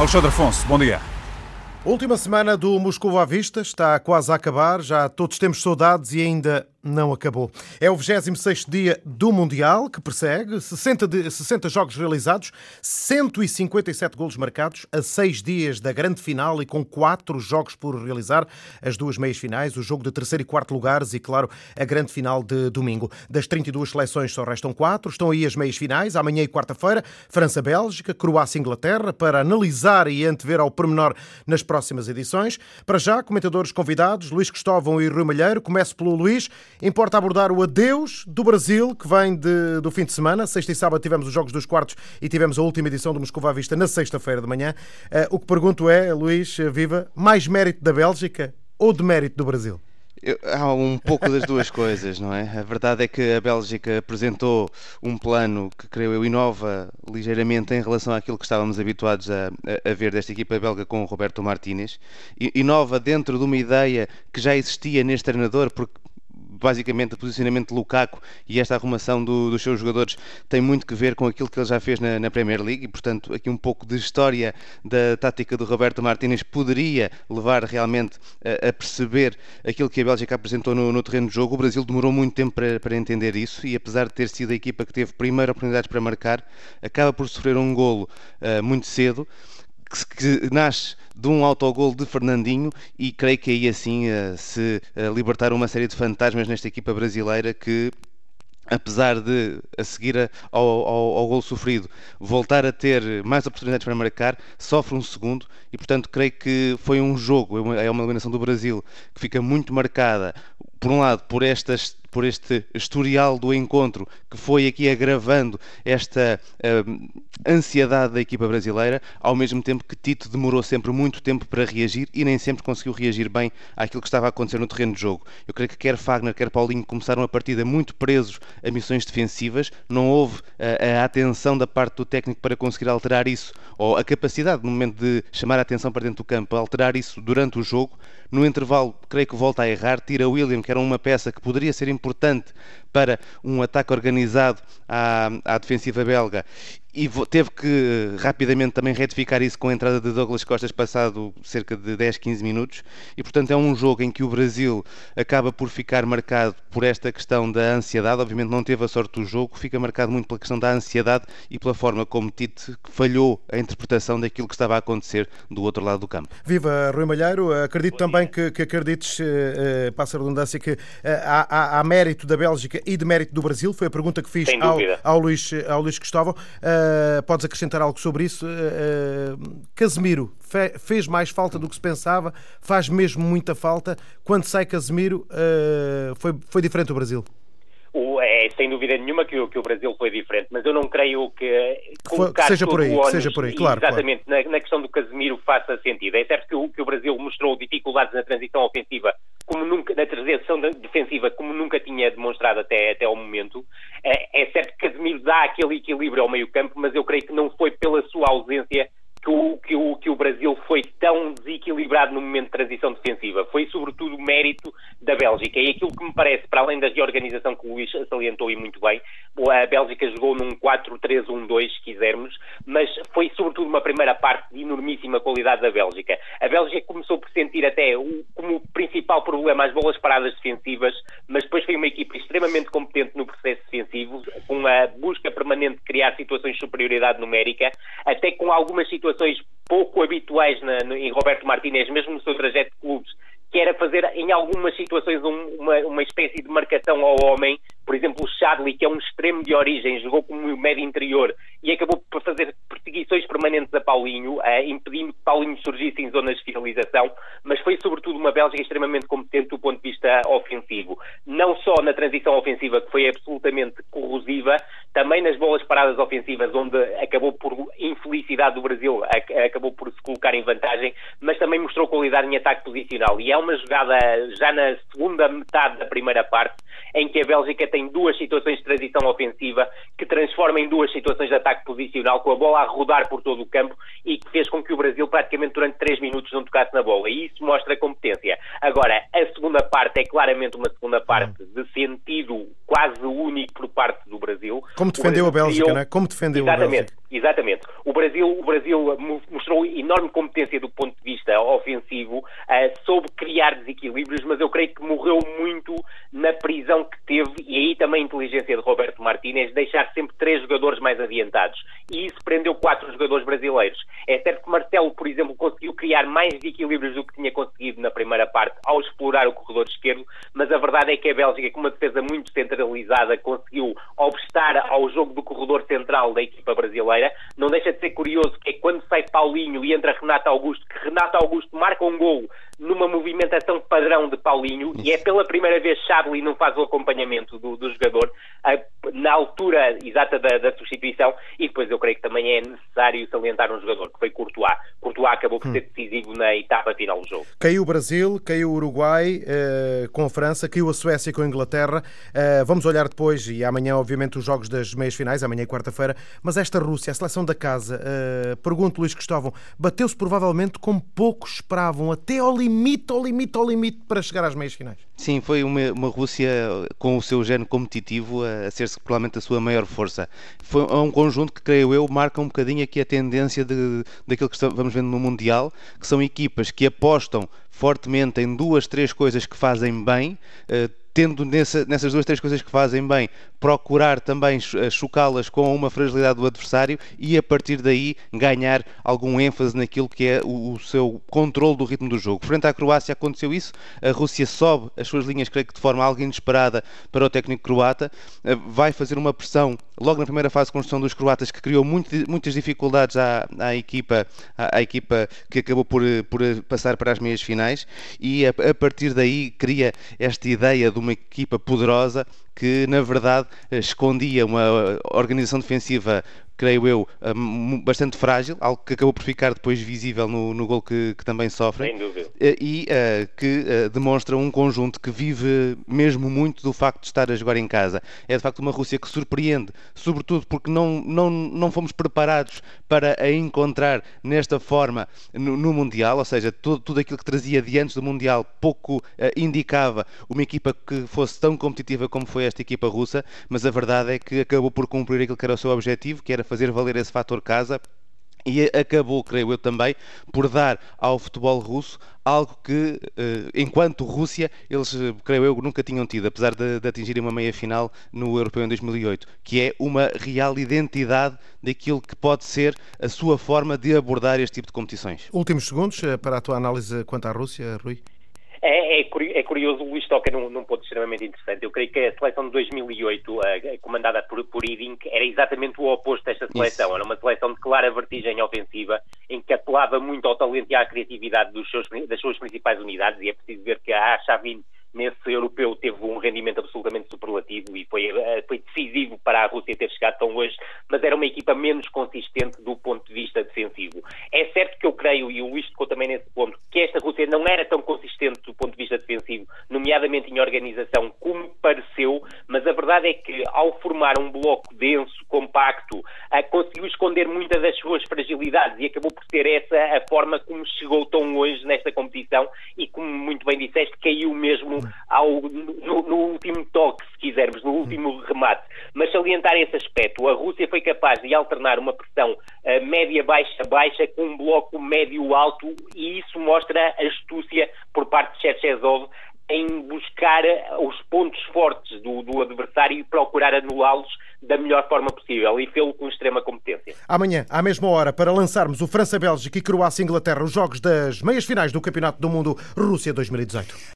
Alexandre Afonso, bom dia. Última semana do Moscovo à vista, está quase a acabar, já todos temos saudades e ainda não acabou. É o 26º dia do Mundial, que persegue 60 jogos realizados, 157 golos marcados, a 6 dias da grande final e com 4 jogos por realizar, as 2 meias finais, o jogo de terceiro e quarto lugares e, claro, a grande final de domingo. Das 32 seleções só restam 4, estão aí as meias finais, amanhã e quarta-feira, França-Bélgica, Croácia-Inglaterra, para analisar e antever ao pormenor nas próximas edições. Para já, comentadores convidados, Luís Cristóvão e Rui Malheiro. Começo pelo Luís. Importa abordar o adeus do Brasil, que vem do fim de semana. Sexta e sábado tivemos os jogos dos quartos e tivemos a última edição do Moscovo à vista na sexta-feira de manhã. O que pergunto é, Luís, viva, mais mérito da Bélgica ou de mérito do Brasil? Há um pouco das duas coisas, não é? A verdade é que a Bélgica apresentou um plano que, creio eu, inova ligeiramente em relação àquilo que estávamos habituados a ver desta equipa belga com o Roberto Martínez. Inova dentro de uma ideia que já existia neste treinador, porque basicamente o posicionamento de Lukaku e esta arrumação dos seus jogadores tem muito que ver com aquilo que ele já fez na Premier League e, portanto, aqui um pouco de história da tática do Roberto Martínez poderia levar realmente a perceber aquilo que a Bélgica apresentou no terreno de jogo. O Brasil demorou muito tempo para entender isso e, apesar de ter sido a equipa que teve primeiro oportunidades para marcar, acaba por sofrer um golo muito cedo, que nasce de um autogol de Fernandinho e creio que aí assim se libertaram uma série de fantasmas nesta equipa brasileira que, apesar de, a seguir ao gol sofrido, voltar a ter mais oportunidades para marcar, sofre um segundo e, portanto, creio que foi um jogo, é uma eliminação do Brasil que fica muito marcada, por um lado, por este historial do encontro que foi aqui agravando esta ansiedade da equipa brasileira, ao mesmo tempo que Tito demorou sempre muito tempo para reagir e nem sempre conseguiu reagir bem àquilo que estava a acontecer no terreno de jogo. Eu creio que quer Fagner, quer Paulinho começaram a partida muito presos a missões defensivas, não houve a atenção da parte do técnico para conseguir alterar isso, ou a capacidade no momento de chamar a atenção para dentro do campo, alterar isso durante o jogo. No intervalo, creio que volta a errar, tira William, que era uma peça que poderia ser importante para um ataque organizado à defensiva belga, e teve que rapidamente também retificar isso com a entrada de Douglas Costa passado cerca de 10, 15 minutos e, portanto, é um jogo em que o Brasil acaba por ficar marcado por esta questão da ansiedade. Obviamente não teve a sorte do jogo, fica marcado muito pela questão da ansiedade e pela forma como Tite falhou a interpretação daquilo que estava a acontecer do outro lado do campo. Viva, Rui Malheiro. Acredito também que acredites, passa a redundância, que há mérito da Bélgica e de mérito do Brasil. Foi a pergunta que fiz ao Luís Cristóvão. Podes acrescentar algo sobre isso? Casemiro fez mais falta do que se pensava? Faz mesmo muita falta? Quando sai Casemiro, foi diferente o Brasil? Sem dúvida nenhuma que o Brasil foi diferente, mas eu não creio que seja por aí, claro. Exatamente, claro. Na questão do Casemiro faça sentido. É certo que o Brasil mostrou dificuldades na transição ofensiva, como nunca, na transição defensiva, como nunca tinha demonstrado até ao momento. É certo que Casemiro dá aquele equilíbrio ao meio-campo, mas eu creio que não foi pela sua ausência que o Brasil foi tão desequilibrado no momento de transição defensiva. Foi sobretudo mérito da Bélgica. E aquilo que me parece, para além da reorganização que o Luís salientou e muito bem, a Bélgica jogou num 4-3-1-2, se quisermos, mas foi sobretudo uma primeira parte de enormíssima qualidade da Bélgica. A Bélgica começou por sentir até como principal problema as bolas paradas defensivas, mas depois foi uma equipa extremamente competente no processo defensivo, com a busca permanente de criar situações de superioridade numérica, até com algumas situações pouco habituais em Roberto Martínez, mesmo no seu trajeto de clubes, que era fazer em algumas situações uma espécie de marcação ao homem. Por exemplo, o Chadli, que é um extremo de origem, jogou como médio interior e acabou por fazer perseguições permanentes a Paulinho, impedindo que Paulinho surgisse em zonas de finalização, mas foi sobretudo uma Bélgica extremamente competente do ponto de vista ofensivo. Não só na transição ofensiva, que foi absolutamente corrosiva, também nas bolas paradas ofensivas, onde acabou por infelicidade do Brasil, acabou por se colocar em vantagem, mas também mostrou qualidade em ataque posicional. E é uma jogada já na segunda metade da primeira parte, em que a Bélgica tem duas situações de transição ofensiva que transforma em duas situações de ataque posicional, com a bola a rodar por todo o campo e que fez com que o Brasil praticamente durante 3 minutos não tocasse na bola, e isso mostra competência. Agora, a segunda parte é claramente uma segunda parte de sentido quase único por parte do Brasil. Como defendeu a Bélgica, não é? Como defendeu a Bélgica. Exatamente. O Brasil mostrou enorme competência do ponto de vista ofensivo, soube criar desequilíbrios, mas eu creio que morreu muito na prisão que teve, e aí também a inteligência de Roberto Martínez, deixar sempre 3 jogadores mais adiantados. E isso prendeu 4 jogadores brasileiros. É certo que Marcelo, por exemplo, conseguiu criar mais desequilíbrios do que tinha conseguido na primeira parte ao explorar o corredor esquerdo, mas a verdade é que a Bélgica, com uma defesa muito centralizada, conseguiu obstar ao jogo do corredor central da equipa brasileira. Não deixa de ser curioso que é quando sai Paulinho e entra Renato Augusto, que Renato Augusto marca um golo numa movimentação padrão de Paulinho, e é pela primeira vez Xabli não faz o acompanhamento do jogador na altura exata da substituição. E depois eu creio que também é necessário salientar um jogador, que foi Courtois. Courtois acabou por ser decisivo na etapa final do jogo. Caiu o Brasil, caiu o Uruguai com a França, caiu a Suécia com a Inglaterra. Vamos olhar depois, e amanhã obviamente os jogos das meias finais, amanhã é quarta-feira, mas esta Rússia, a seleção da casa, pergunto Luís Cristóvão, bateu-se provavelmente como poucos esperavam, até ao limite para chegar às meias finais. Sim, foi uma Rússia com o seu género competitivo a ser-se provavelmente a sua maior força. Foi um conjunto que, creio eu, marca um bocadinho aqui a tendência daquilo que vamos vendo no Mundial, que são equipas que apostam fortemente em 2, 3 coisas que fazem bem, tendo nessas 2, 3 coisas que fazem bem, procurar também chocá-las com uma fragilidade do adversário e a partir daí ganhar algum ênfase naquilo que é o seu controle do ritmo do jogo. Frente à Croácia aconteceu isso, a Rússia sobe as suas linhas, creio que de forma algo inesperada para o técnico croata, vai fazer uma pressão logo na primeira fase de construção dos croatas que criou muitas dificuldades à equipa que acabou por passar para as meias finais, e a partir daí cria esta ideia de uma equipa poderosa que na verdade escondia uma organização defensiva, creio eu, bastante frágil, algo que acabou por ficar depois visível no gol que também sofrem. Sem dúvida. E que demonstra um conjunto que vive mesmo muito do facto de estar a jogar em casa. É de facto uma Rússia que surpreende, sobretudo porque não fomos preparados para a encontrar nesta forma no Mundial, ou seja, tudo aquilo que trazia de antes do Mundial pouco indicava uma equipa que fosse tão competitiva como foi esta equipa russa, mas a verdade é que acabou por cumprir aquilo que era o seu objetivo, que era fazer valer esse fator casa, e acabou, creio eu também, por dar ao futebol russo algo que, enquanto Rússia, eles, creio eu, nunca tinham tido, apesar de atingirem uma meia-final no Europeu em 2008, que é uma real identidade daquilo que pode ser a sua forma de abordar este tipo de competições. Últimos segundos para a tua análise quanto à Rússia, Rui. É curioso, o Luís toca num ponto extremamente interessante. Eu creio que a seleção de 2008, comandada por Hiddink, era exatamente o oposto desta seleção. Isso. Era uma seleção de clara vertigem ofensiva, em que apelava muito ao talento e à criatividade das suas principais unidades, e é preciso ver que a Xavi nesse europeu teve um rendimento absolutamente superlativo e foi decisivo para a Rússia ter chegado tão longe, mas era uma equipa menos consistente do ponto de vista defensivo. É certo que eu creio, e o Luís tocou também nesse ponto, que esta Rússia não era tão consistente do ponto de vista defensivo, nomeadamente em organização, como pareceu, mas a verdade é que ao formar um bloco denso, compacto, conseguiu esconder muitas das suas fragilidades e acabou por ser essa a forma como chegou tão longe nesta competição e, como muito bem disseste, caiu mesmo no último toque, se quisermos, no último remate. Mas salientar esse aspecto, a Rússia foi capaz de alternar uma pressão média-baixa-baixa com um bloco médio-alto, e isso mostra a astúcia por parte de Cherchezov em buscar os pontos fortes do adversário e procurar anulá-los da melhor forma possível, e fê-lo com extrema competência. Amanhã, à mesma hora, para lançarmos o França-Bélgica e Croácia-Inglaterra, os jogos das meias finais do Campeonato do Mundo Rússia 2018.